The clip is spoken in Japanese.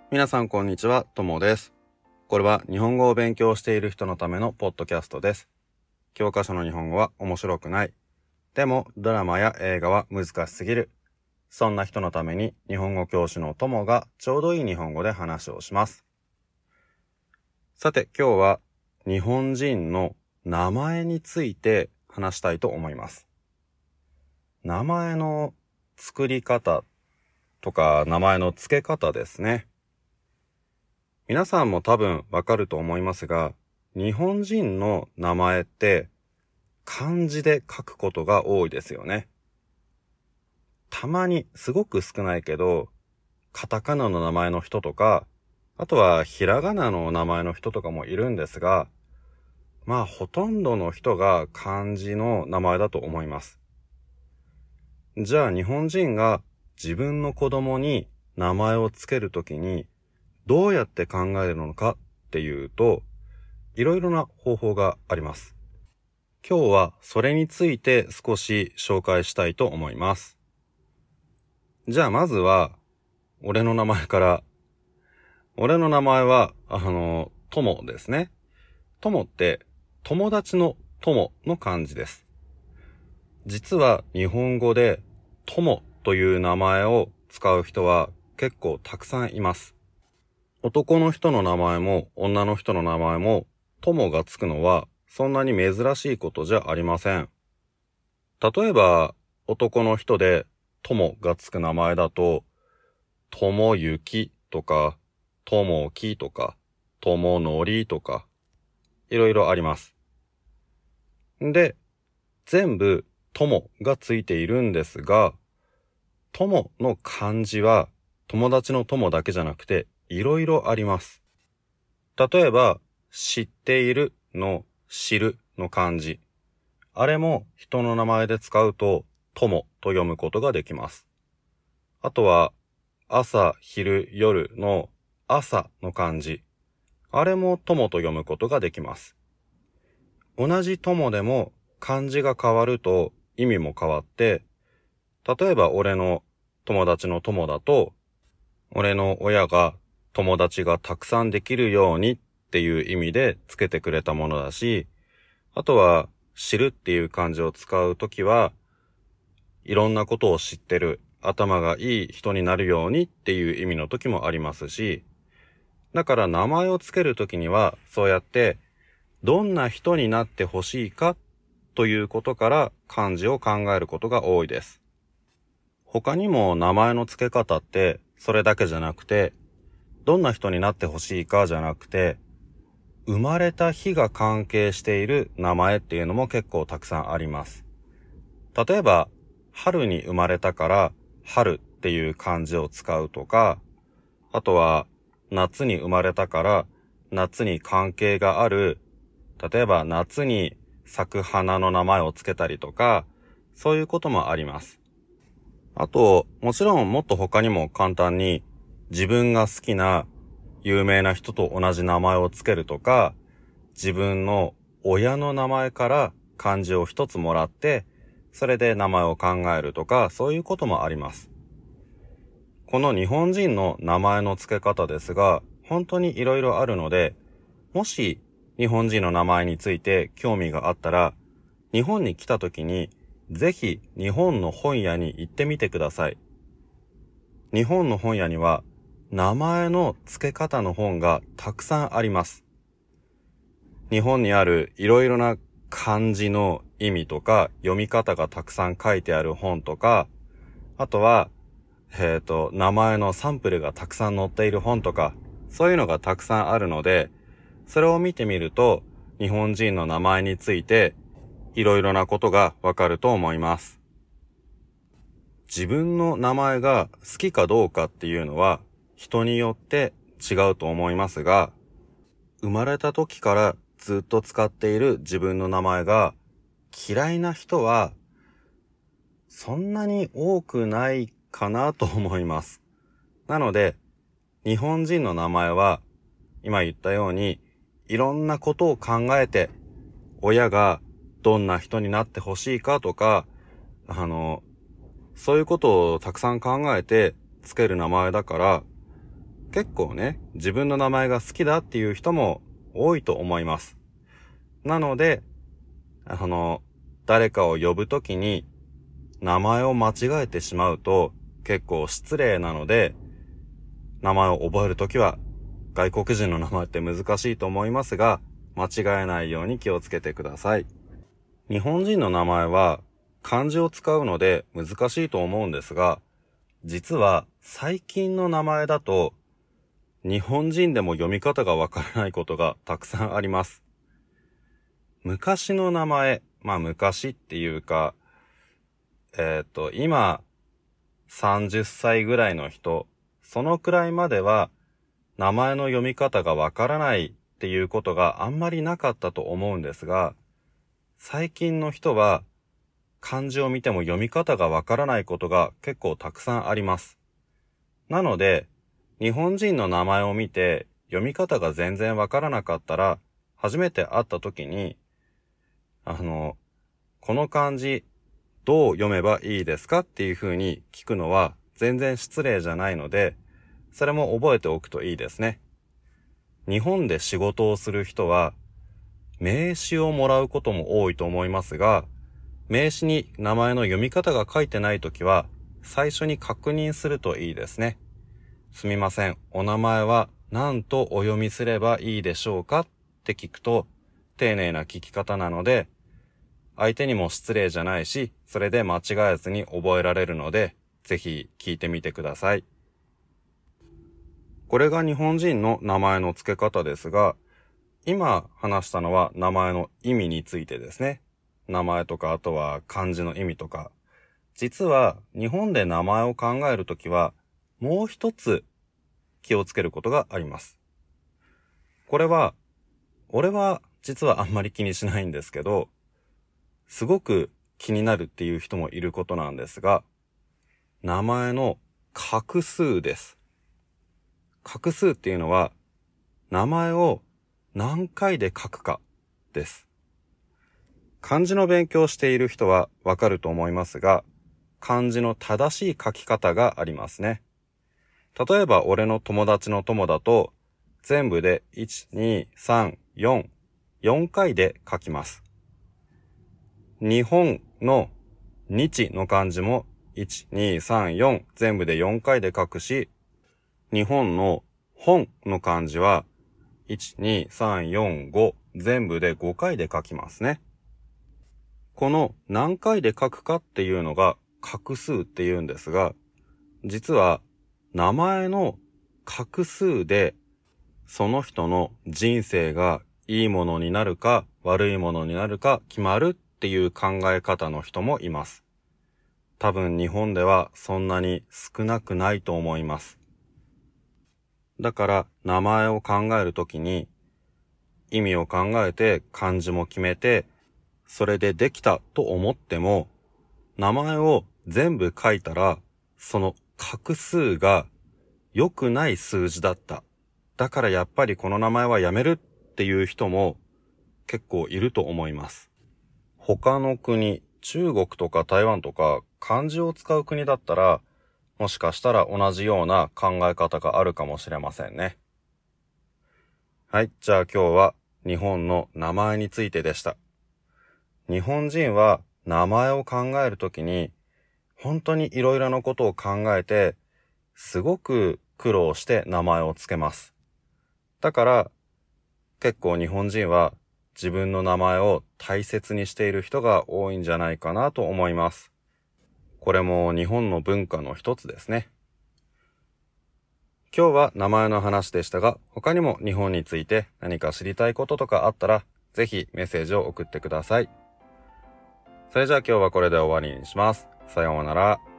皆さんこんにちは、ともです。これは日本語を勉強している人のためのポッドキャストです。教科書の日本語は面白くない。でもドラマや映画は難しすぎる。そんな人のために日本語教師のともがちょうどいい日本語で話をします。さて今日は日本人の名前について話したいと思います。名前の作り方とか名前の付け方ですね。皆さんも多分わかると思いますが、日本人の名前って漢字で書くことが多いですよね。たまにすごく少ないけど、カタカナの名前の人とか、あとはひらがなの名前の人とかもいるんですが、ほとんどの人が漢字の名前だと思います。じゃあ日本人が自分の子供に名前をつけるときにどうやって考えるのかっていうと、いろいろな方法があります。今日はそれについて少し紹介したいと思います。じゃあまずは、俺の名前から。俺の名前は、ともですね。ともって、友達の友の漢字です。実は日本語で、ともという名前を使う人は結構たくさんいます。男の人の名前も女の人の名前も友がつくのはそんなに珍しいことじゃありません。例えば男の人で友がつく名前だと友幸とか友樹とか友則とかいろいろあります。で、全部友がついているんですが、友の漢字は友達の友だけじゃなくていろいろあります。例えば、知っているの知るの漢字。あれも人の名前で使うと、友と読むことができます。あとは、朝、昼、夜の朝の漢字。あれも友と読むことができます。同じ友でも漢字が変わると意味も変わって、例えば俺の友達の友だと、俺の親が友達がたくさんできるようにっていう意味でつけてくれたものだし、あとは知るっていう漢字を使うときは、いろんなことを知ってる、頭がいい人になるようにっていう意味の時もありますし、だから名前をつけるときにはそうやってどんな人になってほしいかということから漢字を考えることが多いです。他にも名前の付け方ってそれだけじゃなくて、どんな人になってほしいかじゃなくて、生まれた日が関係している名前っていうのも結構たくさんあります。例えば、春に生まれたから春っていう漢字を使うとか、あとは夏に生まれたから夏に関係がある、例えば夏に咲く花の名前をつけたりとか、そういうこともあります。あと、もちろんもっと他にも簡単に自分が好きな有名な人と同じ名前をつけるとか、自分の親の名前から漢字を一つもらって、それで名前を考えるとか、そういうこともあります。この日本人の名前の付け方ですが、本当にいろいろあるので、もし日本人の名前について興味があったら、日本に来た時にぜひ日本の本屋に行ってみてください。日本の本屋には名前の付け方の本がたくさんあります。日本にあるいろいろな漢字の意味とか読み方がたくさん書いてある本とか、あとは、名前のサンプルがたくさん載っている本とか、そういうのがたくさんあるので、それを見てみると日本人の名前についていろいろなことがわかると思います。自分の名前が好きかどうかっていうのは人によって違うと思いますが、生まれた時からずっと使っている自分の名前が嫌いな人はそんなに多くないかなと思います。なので、日本人の名前は今言ったようにいろんなことを考えて、親がどんな人になってほしいかとか、そういうことをたくさん考えてつける名前だから、 結構ね、自分の名前が好きだっていう人も多いと思います。なので、誰かを呼ぶときに名前を間違えてしまうと結構失礼なので、名前を覚えるときは外国人の名前って難しいと思いますが、間違えないように気をつけてください。日本人の名前は漢字を使うので難しいと思うんですが、実は最近の名前だと日本人でも読み方がわからないことがたくさんあります。昔の名前、昔っていうか、今30歳ぐらいの人、そのくらいまでは名前の読み方がわからないっていうことがあんまりなかったと思うんですが、最近の人は漢字を見ても読み方がわからないことが結構たくさんあります。なので、日本人の名前を見て読み方が全然わからなかったら、初めて会った時に、この漢字どう読めばいいですかっていう風に聞くのは全然失礼じゃないので、それも覚えておくといいですね。日本で仕事をする人は、名刺をもらうことも多いと思いますが、名刺に名前の読み方が書いてないときは、最初に確認するといいですね。すみません、お名前は何とお読みすればいいでしょうかって聞くと、丁寧な聞き方なので、相手にも失礼じゃないし、それで間違えずに覚えられるので、ぜひ聞いてみてください。これが日本人の名前の付け方ですが、今話したのは名前の意味についてですね。名前とか、あとは漢字の意味とか。実は日本で名前を考えるときは、もう一つ気をつけることがあります。これは、俺は実はあんまり気にしないんですけど、すごく気になるっていう人もいることなんですが、名前の画数です。画数っていうのは、名前を何回で書くかです。漢字の勉強をしている人はわかると思いますが、漢字の正しい書き方がありますね。例えば俺の友達の友だと、全部で1、2、3、4回で書きます。日本の日の漢字も1、2、3、4全部で4回で書くし、日本の本の漢字は1、2、3、4、5全部で5回で書きますね。この何回で書くかっていうのが画数っていうんですが、実は名前の画数でその人の人生がいいものになるか悪いものになるか決まるっていう考え方の人もいます。多分日本ではそんなに少なくないと思います。だから名前を考えるときに意味を考えて漢字も決めてそれでできたと思っても名前を全部書いたらその画数が良くない数字だった。だからやっぱりこの名前はやめるっていう人も結構いると思います。他の国、中国とか台湾とか漢字を使う国だったらもしかしたら同じような考え方があるかもしれませんね。はい、じゃあ今日は日本の名前についてでした。日本人は名前を考えるときに本当にいろいろなことを考えてすごく苦労して名前をつけます。だから結構日本人は自分の名前を大切にしている人が多いんじゃないかなと思います。これも日本の文化の一つですね。今日は名前の話でしたが、他にも日本について何か知りたいこととかあったら、ぜひメッセージを送ってください。それじゃあ今日はこれで終わりにします。さようなら。